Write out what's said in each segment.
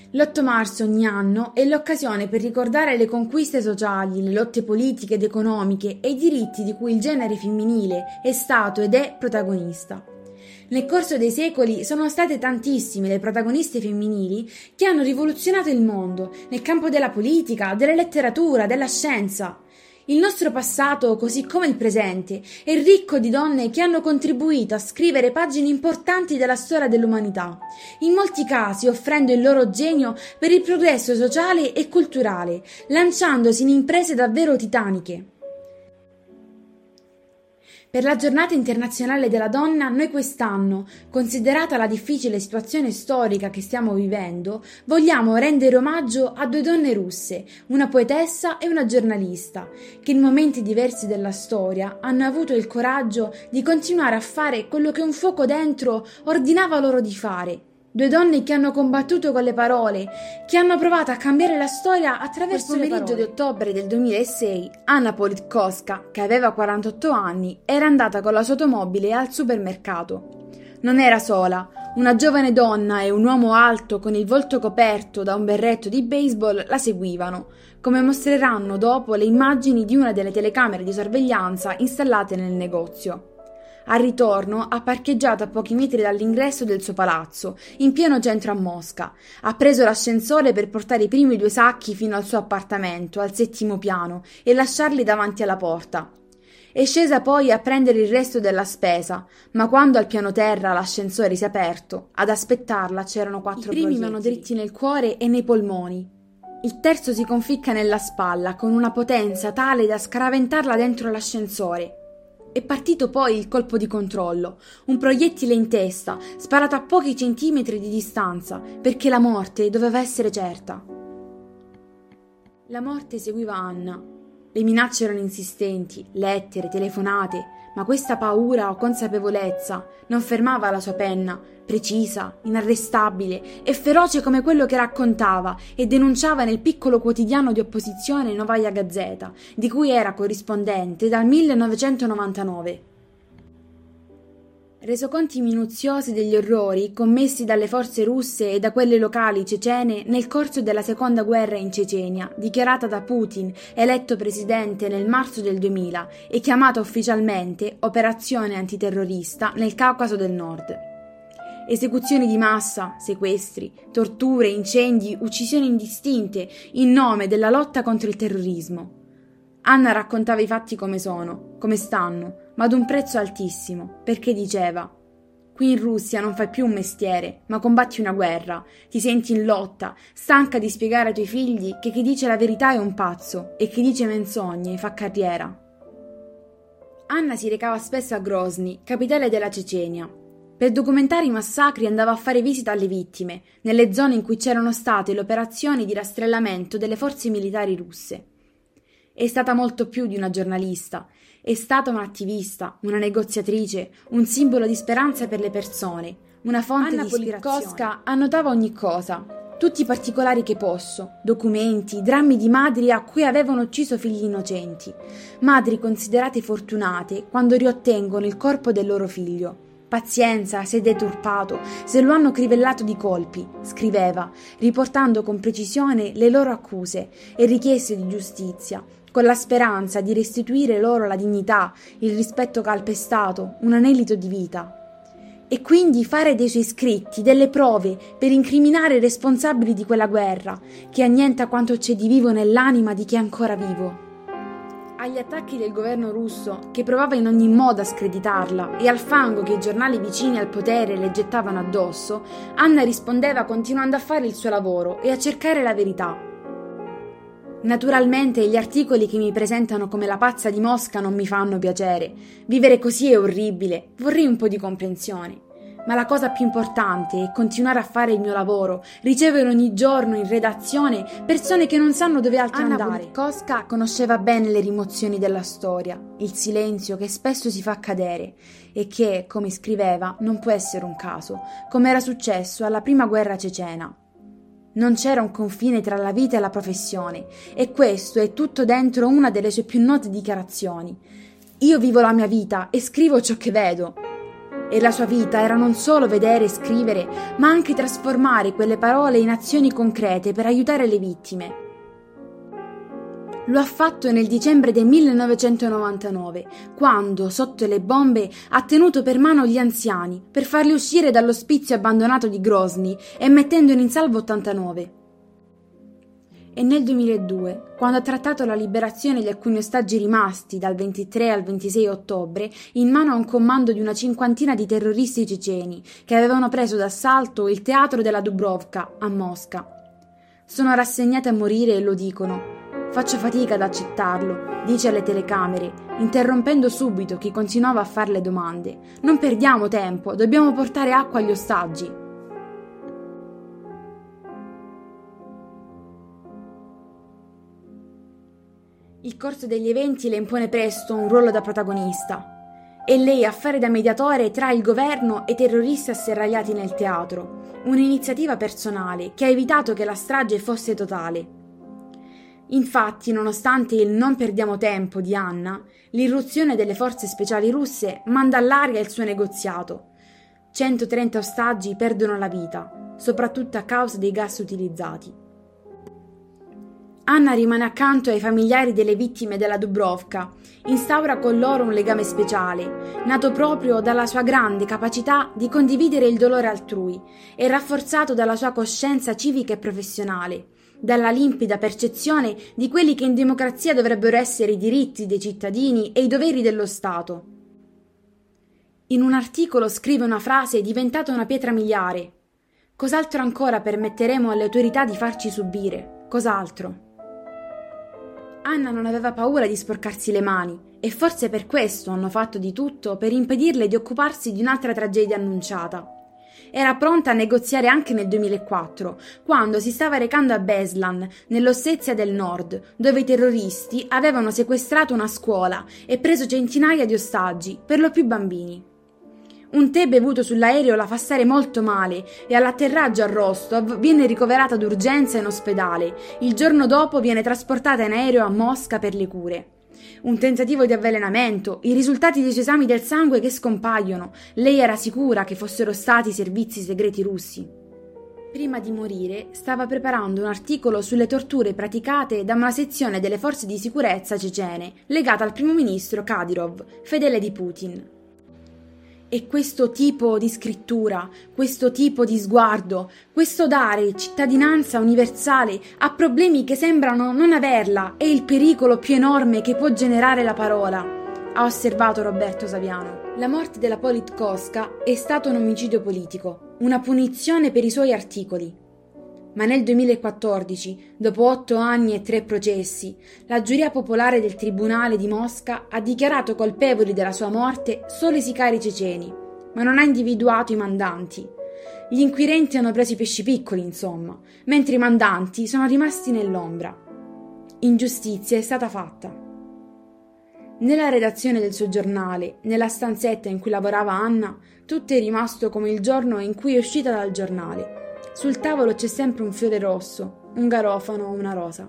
L'8 marzo ogni anno è l'occasione per ricordare le conquiste sociali, le lotte politiche ed economiche e i diritti di cui il genere femminile è stato ed è protagonista. Nel corso dei secoli sono state tantissime le protagoniste femminili che hanno rivoluzionato il mondo nel campo della politica, della letteratura, della scienza. Il nostro passato, così come il presente, è ricco di donne che hanno contribuito a scrivere pagine importanti della storia dell'umanità, in molti casi offrendo il loro genio per il progresso sociale e culturale, lanciandosi in imprese davvero titaniche. Per la Giornata internazionale della donna, noi quest'anno, considerata la difficile situazione storica che stiamo vivendo, vogliamo rendere omaggio a due donne russe, una poetessa e una giornalista, che in momenti diversi della storia hanno avuto il coraggio di continuare a fare quello che un fuoco dentro ordinava loro di fare. Due donne che hanno combattuto con le parole, che hanno provato a cambiare la storia attraverso le parole. Quel pomeriggio di ottobre del 2006, Anna Politkovska, che aveva 48 anni, era andata con la sua automobile al supermercato. Non era sola. Una giovane donna e un uomo alto con il volto coperto da un berretto di baseball la seguivano, come mostreranno dopo le immagini di una delle telecamere di sorveglianza installate nel negozio. Al ritorno ha parcheggiato a pochi metri dall'ingresso del suo palazzo, in pieno centro a Mosca. Ha preso l'ascensore per portare i primi 2 sacchi fino al suo appartamento, al 7° piano, e lasciarli davanti alla porta. È scesa poi a prendere il resto della spesa, ma quando al piano terra l'ascensore si è aperto, ad aspettarla c'erano 4 proiettili. I primi vanno dritti nel cuore e nei polmoni. Il terzo si conficca nella spalla, con una potenza tale da scaraventarla dentro l'ascensore. È partito poi il colpo di controllo, un proiettile in testa, sparato a pochi centimetri di distanza, perché la morte doveva essere certa. La morte seguiva Anna. Le minacce erano insistenti, lettere, telefonate, ma questa paura o consapevolezza non fermava la sua penna, precisa, inarrestabile e feroce come quello che raccontava e denunciava nel piccolo quotidiano di opposizione Novaya Gazeta, di cui era corrispondente dal 1999. Resoconti minuziosi degli orrori commessi dalle forze russe e da quelle locali cecene nel corso della seconda guerra in Cecenia, dichiarata da Putin, eletto presidente nel marzo del 2000 e chiamata ufficialmente Operazione Antiterrorista nel Caucaso del Nord. Esecuzioni di massa, sequestri, torture, incendi, uccisioni indistinte in nome della lotta contro il terrorismo. Anna raccontava i fatti come sono, come stanno, ma ad un prezzo altissimo, perché diceva: qui in Russia non fai più un mestiere, ma combatti una guerra, ti senti in lotta, stanca di spiegare ai tuoi figli che chi dice la verità è un pazzo e chi dice menzogne fa carriera. Anna si recava spesso a Grozny, capitale della Cecenia. Per documentare i massacri andava a fare visita alle vittime, nelle zone in cui c'erano state le operazioni di rastrellamento delle forze militari russe. È stata molto più di una giornalista, è stata un'attivista, una negoziatrice, un simbolo di speranza per le persone, una fonte di ispirazione. Anna Politkovska annotava ogni cosa, tutti i particolari che posso, documenti, drammi di madri a cui avevano ucciso figli innocenti, madri considerate fortunate quando riottengono il corpo del loro figlio. Pazienza se deturpato, se lo hanno crivellato di colpi, scriveva, riportando con precisione le loro accuse e richieste di giustizia, con la speranza di restituire loro la dignità, il rispetto calpestato, un anelito di vita. E quindi fare dei suoi scritti delle prove per incriminare i responsabili di quella guerra, che annienta quanto c'è di vivo nell'anima di chi è ancora vivo. Agli attacchi del governo russo, che provava in ogni modo a screditarla, e al fango che i giornali vicini al potere le gettavano addosso, Anna rispondeva continuando a fare il suo lavoro e a cercare la verità. Naturalmente gli articoli che mi presentano come la pazza di Mosca non mi fanno piacere. Vivere così è orribile, vorrei un po' di comprensione. Ma la cosa più importante è continuare a fare il mio lavoro, ricevere ogni giorno in redazione persone che non sanno dove altro andare. Anna Politkovska conosceva bene le rimozioni della storia, il silenzio che spesso si fa cadere e che, come scriveva, non può essere un caso, come era successo alla prima guerra cecena. Non c'era un confine tra la vita e la professione, e questo è tutto dentro una delle sue più note dichiarazioni. Io vivo la mia vita e scrivo ciò che vedo. E la sua vita era non solo vedere e scrivere, ma anche trasformare quelle parole in azioni concrete per aiutare le vittime. Lo ha fatto nel dicembre del 1999, quando, sotto le bombe, ha tenuto per mano gli anziani per farli uscire dall'ospizio abbandonato di Grozny e mettendone in salvo 89. E nel 2002, quando ha trattato la liberazione di alcuni ostaggi rimasti dal 23 al 26 ottobre in mano a un comando di una cinquantina di terroristi ceceni che avevano preso d'assalto il teatro della Dubrovka a Mosca. Sono rassegnati a morire e lo dicono. Faccio fatica ad accettarlo, dice alle telecamere, interrompendo subito chi continuava a farle domande. Non perdiamo tempo, dobbiamo portare acqua agli ostaggi. Il corso degli eventi le impone presto un ruolo da protagonista. È lei a fare da mediatore tra il governo e i terroristi asserragliati nel teatro, un'iniziativa personale che ha evitato che la strage fosse totale. Infatti, nonostante il non perdiamo tempo di Anna, l'irruzione delle forze speciali russe manda all'aria il suo negoziato. 130 ostaggi perdono la vita, soprattutto a causa dei gas utilizzati. Anna rimane accanto ai familiari delle vittime della Dubrovka, instaura con loro un legame speciale, nato proprio dalla sua grande capacità di condividere il dolore altrui e rafforzato dalla sua coscienza civica e professionale, dalla limpida percezione di quelli che in democrazia dovrebbero essere i diritti dei cittadini e i doveri dello Stato. In un articolo scrive una frase diventata una pietra miliare. Cos'altro ancora permetteremo alle autorità di farci subire? Cos'altro? Anna non aveva paura di sporcarsi le mani e forse per questo hanno fatto di tutto per impedirle di occuparsi di un'altra tragedia annunciata. Era pronta a negoziare anche nel 2004, quando si stava recando a Beslan, nell'Ossetia del Nord, dove i terroristi avevano sequestrato una scuola e preso centinaia di ostaggi, per lo più bambini. Un tè bevuto sull'aereo la fa stare molto male e all'atterraggio a Rostov viene ricoverata d'urgenza in ospedale. Il giorno dopo viene trasportata in aereo a Mosca per le cure. Un tentativo di avvelenamento, i risultati dei suoi esami del sangue che scompaiono. Lei era sicura che fossero stati i servizi segreti russi. Prima di morire stava preparando un articolo sulle torture praticate da una sezione delle forze di sicurezza cecene legata al primo ministro Kadyrov, fedele di Putin. E questo tipo di scrittura, questo tipo di sguardo, questo dare cittadinanza universale a problemi che sembrano non averla è il pericolo più enorme che può generare la parola, ha osservato Roberto Saviano. La morte della Politkovska è stato un omicidio politico, una punizione per i suoi articoli. Ma nel 2014, dopo 8 anni e 3 processi, la giuria popolare del Tribunale di Mosca ha dichiarato colpevoli della sua morte solo i sicari ceceni, ma non ha individuato i mandanti. Gli inquirenti hanno preso i pesci piccoli, insomma, mentre i mandanti sono rimasti nell'ombra. Ingiustizia è stata fatta. Nella redazione del suo giornale, nella stanzetta in cui lavorava Anna, tutto è rimasto come il giorno in cui è uscita dal giornale. Sul tavolo c'è sempre un fiore rosso, un garofano o una rosa.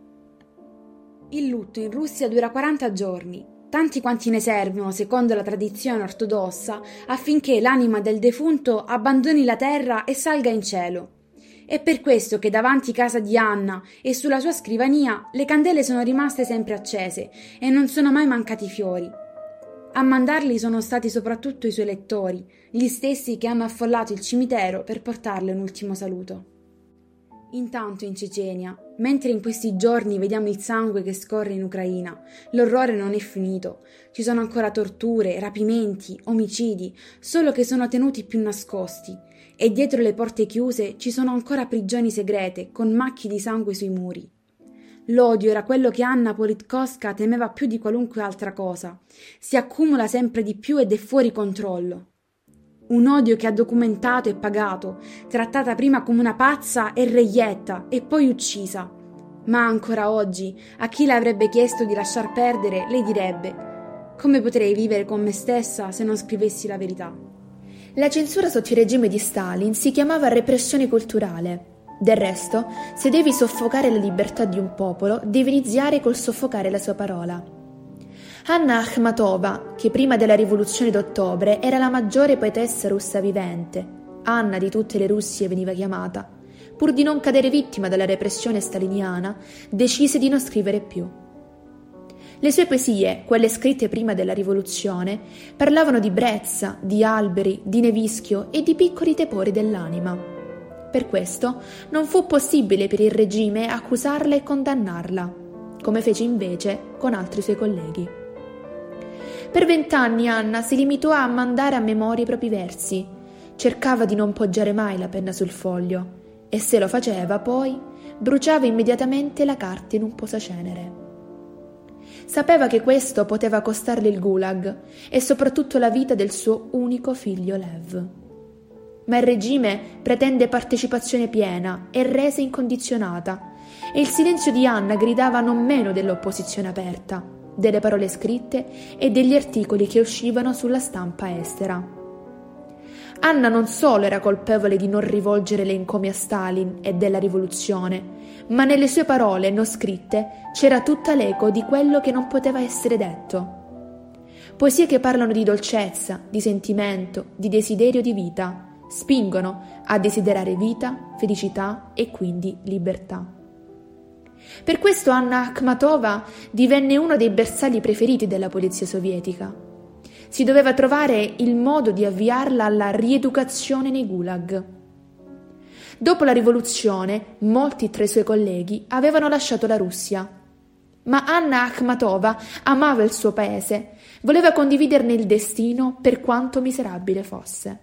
Il lutto in Russia dura 40 giorni, tanti quanti ne servono, secondo la tradizione ortodossa, affinché l'anima del defunto abbandoni la terra e salga in cielo. È per questo che davanti casa di Anna e sulla sua scrivania le candele sono rimaste sempre accese e non sono mai mancati fiori. A mandarli sono stati soprattutto i suoi lettori, gli stessi che hanno affollato il cimitero per portarle un ultimo saluto. Intanto in Cecenia, mentre in questi giorni vediamo il sangue che scorre in Ucraina, l'orrore non è finito. Ci sono ancora torture, rapimenti, omicidi, solo che sono tenuti più nascosti. E dietro le porte chiuse ci sono ancora prigioni segrete, con macchie di sangue sui muri. L'odio era quello che Anna Politkovska temeva più di qualunque altra cosa. Si accumula sempre di più ed è fuori controllo. Un odio che ha documentato e pagato, trattata prima come una pazza e reietta e poi uccisa. Ma ancora oggi, a chi le avrebbe chiesto di lasciar perdere, lei direbbe: come potrei vivere con me stessa se non scrivessi la verità? La censura sotto il regime di Stalin si chiamava repressione culturale. Del resto, se devi soffocare la libertà di un popolo, devi iniziare col soffocare la sua parola. Anna Akhmatova, che prima della rivoluzione d'ottobre era la maggiore poetessa russa vivente, Anna di tutte le Russie veniva chiamata, pur di non cadere vittima della repressione staliniana, decise di non scrivere più. Le sue poesie, quelle scritte prima della rivoluzione, parlavano di brezza, di alberi, di nevischio e di piccoli tepori dell'anima. Per questo non fu possibile per il regime accusarla e condannarla, come fece invece con altri suoi colleghi. Per 20 anni Anna si limitò a mandare a memoria i propri versi, cercava di non poggiare mai la penna sul foglio e se lo faceva poi bruciava immediatamente la carta in un posacenere. Sapeva che questo poteva costarle il gulag e soprattutto la vita del suo unico figlio Lev. Ma il regime pretende partecipazione piena e resa incondizionata e il silenzio di Anna gridava non meno dell'opposizione aperta, delle parole scritte e degli articoli che uscivano sulla stampa estera. Anna non solo era colpevole di non rivolgere le encomie a Stalin e della rivoluzione, ma nelle sue parole non scritte c'era tutta l'eco di quello che non poteva essere detto. Poesie che parlano di dolcezza, di sentimento, di desiderio di vita, spingono a desiderare vita, felicità e quindi libertà. Per questo Anna Akhmatova divenne uno dei bersagli preferiti della polizia sovietica. Si doveva trovare il modo di avviarla alla rieducazione nei gulag. Dopo la rivoluzione, molti tra i suoi colleghi avevano lasciato la Russia. Ma Anna Akhmatova amava il suo paese, voleva condividerne il destino per quanto miserabile fosse.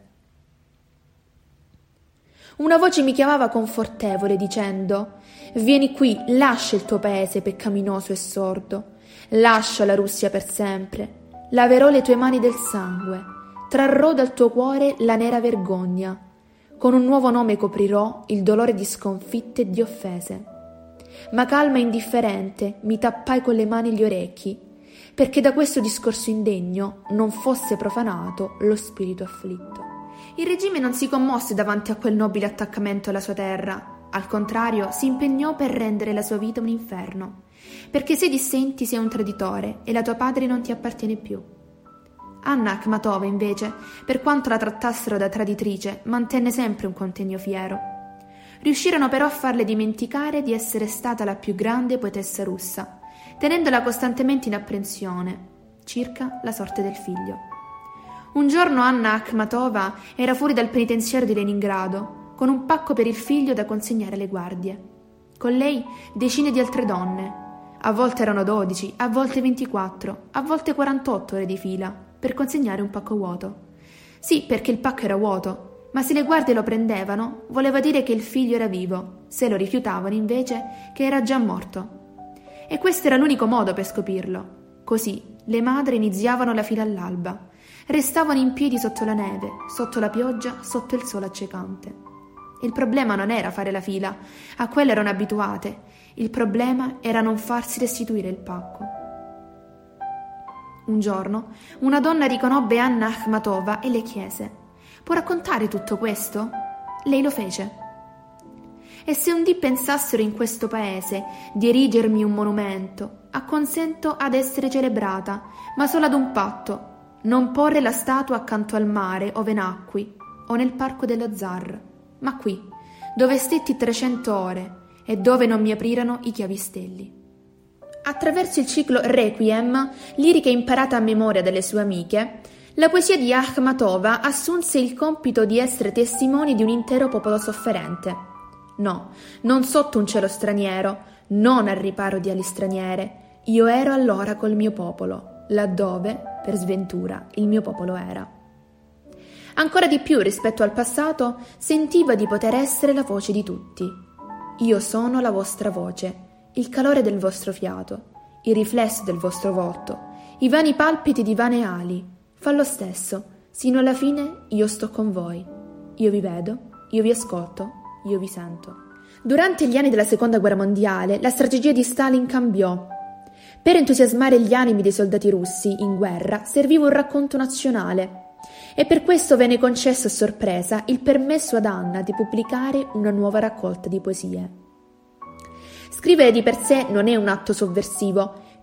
Una voce mi chiamava confortevole dicendo: «Vieni qui, lascia il tuo paese peccaminoso e sordo, lascia la Russia per sempre, laverò le tue mani del sangue, trarrò dal tuo cuore la nera vergogna, con un nuovo nome coprirò il dolore di sconfitte e di offese. Ma calma e indifferente mi tappai con le mani gli orecchi, perché da questo discorso indegno non fosse profanato lo spirito afflitto». Il regime non si commosse davanti a quel nobile attaccamento alla sua terra, al contrario si impegnò per rendere la sua vita un inferno, perché se dissenti sei un traditore e la tua patria non ti appartiene più. Anna Akhmatova, invece, per quanto la trattassero da traditrice, mantenne sempre un contegno fiero. Riuscirono però a farle dimenticare di essere stata la più grande poetessa russa, tenendola costantemente in apprensione circa la sorte del figlio. Un giorno Anna Akhmatova era fuori dal penitenziario di Leningrado, con un pacco per il figlio da consegnare alle guardie. Con lei decine di altre donne. A volte erano 12, a volte 24, a volte 48 ore di fila, per consegnare un pacco vuoto. Sì, perché il pacco era vuoto, ma se le guardie lo prendevano, voleva dire che il figlio era vivo, se lo rifiutavano invece che era già morto. E questo era l'unico modo per scoprirlo. Così le madri iniziavano la fila all'alba, restavano in piedi sotto la neve, sotto la pioggia, sotto il sole accecante. Il problema non era fare la fila, a quello erano abituate. Il problema era non farsi restituire il pacco. Un giorno una donna riconobbe Anna Akhmatova e le chiese: «Può raccontare tutto questo?» Lei lo fece. «E se un dì pensassero in questo paese di erigermi un monumento, acconsento ad essere celebrata, ma solo ad un patto: non porre la statua accanto al mare ove nacqui, o nel parco dello zar, ma qui, dove stetti 300 ore e dove non mi aprirono i chiavistelli». Attraverso il ciclo Requiem, lirica imparata a memoria dalle sue amiche, la poesia di Akhmatova assunse il compito di essere testimoni di un intero popolo sofferente. No, non sotto un cielo straniero, non al riparo di ali straniere. Io ero allora col mio popolo, laddove, per sventura, il mio popolo era. Ancora di più rispetto al passato, sentiva di poter essere la voce di tutti. Io sono la vostra voce, il calore del vostro fiato, il riflesso del vostro volto, i vani palpiti di vane ali. Fa lo stesso, sino alla fine io sto con voi. Io vi vedo, io vi ascolto, io vi sento. Durante gli anni della Seconda Guerra Mondiale, la strategia di Stalin cambiò. Per entusiasmare gli animi dei soldati russi in guerra serviva un racconto nazionale e per questo venne concesso a sorpresa il permesso ad Anna di pubblicare una nuova raccolta di poesie. Scrivere di per sé non è un atto sovversivo,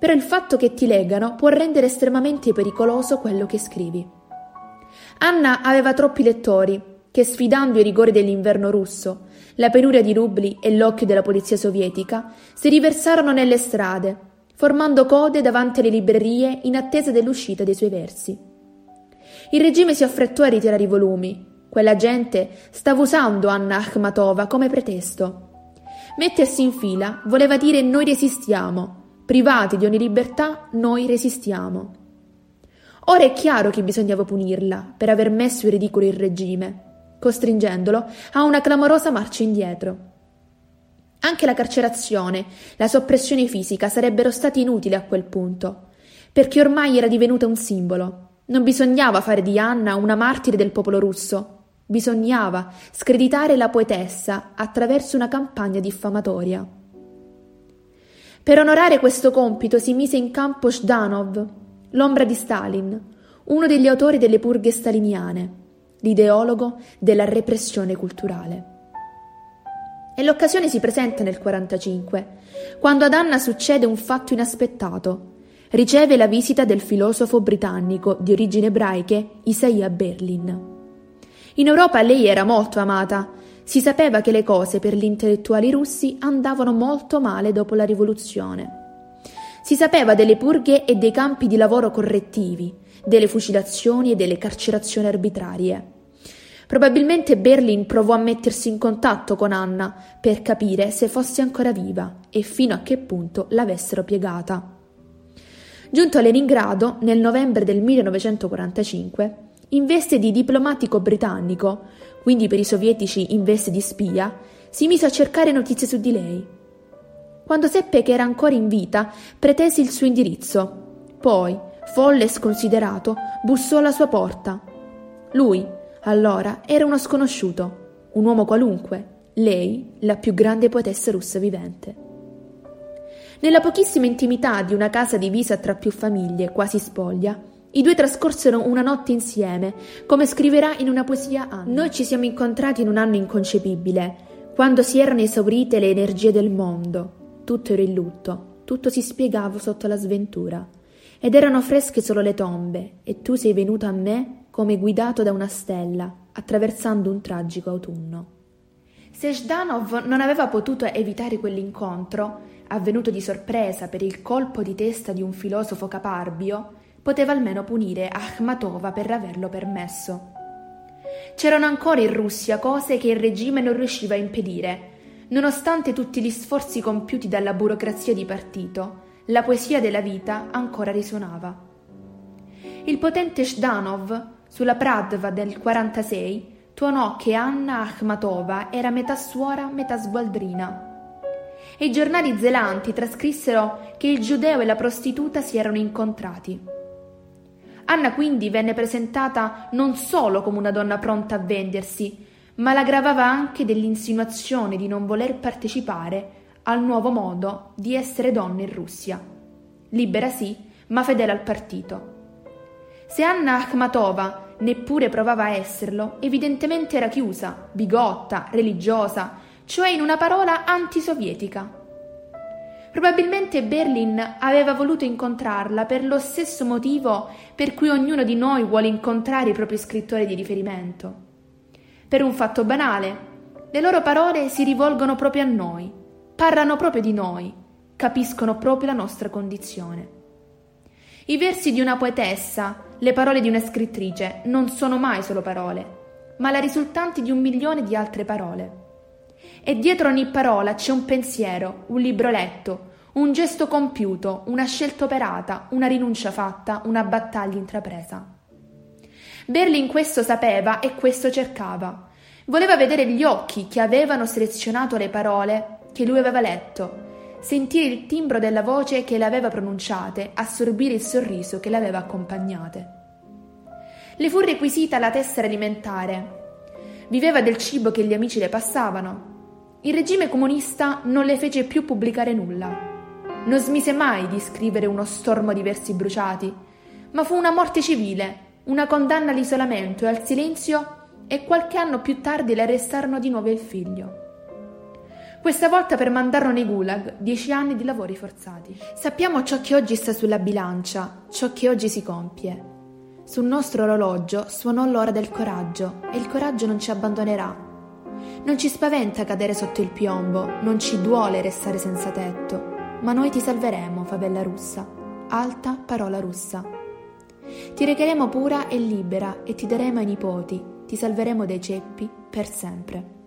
però il fatto che ti leggano può rendere estremamente pericoloso quello che scrivi. Anna aveva troppi lettori che, sfidando i rigori dell'inverno russo, la penuria di rubli e l'occhio della polizia sovietica, si riversarono nelle strade, formando code davanti alle librerie in attesa dell'uscita dei suoi versi. Il regime si affrettò a ritirare i volumi. Quella gente stava usando Anna Akhmatova come pretesto. Mettersi in fila voleva dire noi resistiamo, privati di ogni libertà noi resistiamo. Ora è chiaro che bisognava punirla per aver messo in ridicolo il regime, costringendolo a una clamorosa marcia indietro. Anche la carcerazione, la soppressione fisica sarebbero stati inutili a quel punto, perché ormai era divenuta un simbolo. Non bisognava fare di Anna una martire del popolo russo, bisognava screditare la poetessa attraverso una campagna diffamatoria. Per onorare questo compito si mise in campo Zhdanov, l'ombra di Stalin, uno degli autori delle purghe staliniane, l'ideologo della repressione culturale. E l'occasione si presenta nel 1945, quando ad Anna succede un fatto inaspettato. Riceve la visita del filosofo britannico di origini ebraiche Isaiah Berlin. In Europa lei era molto amata. Si sapeva che le cose per gli intellettuali russi andavano molto male dopo la rivoluzione. Si sapeva delle purghe e dei campi di lavoro correttivi, delle fucilazioni e delle carcerazioni arbitrarie. Probabilmente Berlin provò a mettersi in contatto con Anna per capire se fosse ancora viva e fino a che punto l'avessero piegata. Giunto a Leningrado nel novembre del 1945, in veste di diplomatico britannico, quindi per i sovietici in veste di spia, si mise a cercare notizie su di lei. Quando seppe che era ancora in vita, pretese il suo indirizzo. Poi, folle e sconsiderato, bussò alla sua porta. Lui, allora, era uno sconosciuto, un uomo qualunque, lei, la più grande poetessa russa vivente. Nella pochissima intimità di una casa divisa tra più famiglie, quasi spoglia, i due trascorsero una notte insieme, come scriverà in una poesia Anna. Noi ci siamo incontrati in un anno inconcepibile, quando si erano esaurite le energie del mondo. Tutto era in lutto, tutto si spiegava sotto la sventura, ed erano fresche solo le tombe, e tu sei venuto a me come guidato da una stella, attraversando un tragico autunno. Se Zhdanov non aveva potuto evitare quell'incontro, avvenuto di sorpresa per il colpo di testa di un filosofo caparbio, poteva almeno punire Akhmatova per averlo permesso. C'erano ancora in Russia cose che il regime non riusciva a impedire. Nonostante tutti gli sforzi compiuti dalla burocrazia di partito, la poesia della vita ancora risuonava. Il potente Zhdanov, sulla Pradva del 46, tuonò che Anna Akhmatova era metà suora, metà sgualdrina. E i giornali zelanti trascrissero che il giudeo e la prostituta si erano incontrati. Anna quindi venne presentata non solo come una donna pronta a vendersi, ma la gravava anche dell'insinuazione di non voler partecipare al nuovo modo di essere donna in Russia. Libera sì, ma fedele al partito. Se Anna Akhmatova neppure provava a esserlo, evidentemente era chiusa, bigotta, religiosa, cioè in una parola antisovietica. Probabilmente Berlin aveva voluto incontrarla per lo stesso motivo per cui ognuno di noi vuole incontrare i propri scrittori di riferimento. Per un fatto banale, le loro parole si rivolgono proprio a noi, parlano proprio di noi, capiscono proprio la nostra condizione. I versi di una poetessa, le parole di una scrittrice non sono mai solo parole, ma la risultanti di 1 milione di altre parole. E dietro ogni parola c'è un pensiero, un libro letto, un gesto compiuto, una scelta operata, una rinuncia fatta, una battaglia intrapresa. Berlin questo sapeva e questo cercava. Voleva vedere gli occhi che avevano selezionato le parole che lui aveva letto, sentire il timbro della voce che le aveva pronunciate, assorbire il sorriso che le aveva accompagnate. Le fu requisita la tessera alimentare. Viveva del cibo che gli amici le passavano. Il regime comunista non le fece più pubblicare nulla. Non smise mai di scrivere uno stormo di versi bruciati, ma fu una morte civile, una condanna all'isolamento e al silenzio, e qualche anno più tardi le arrestarono di nuovo il figlio. Questa volta per mandarlo nei gulag, 10 anni di lavori forzati. Sappiamo ciò che oggi sta sulla bilancia, ciò che oggi si compie. Sul nostro orologio suonò l'ora del coraggio e il coraggio non ci abbandonerà. Non ci spaventa cadere sotto il piombo, non ci duole restare senza tetto, ma noi ti salveremo, favella russa, alta parola russa. Ti regheremo pura e libera e ti daremo ai nipoti, ti salveremo dai ceppi per sempre.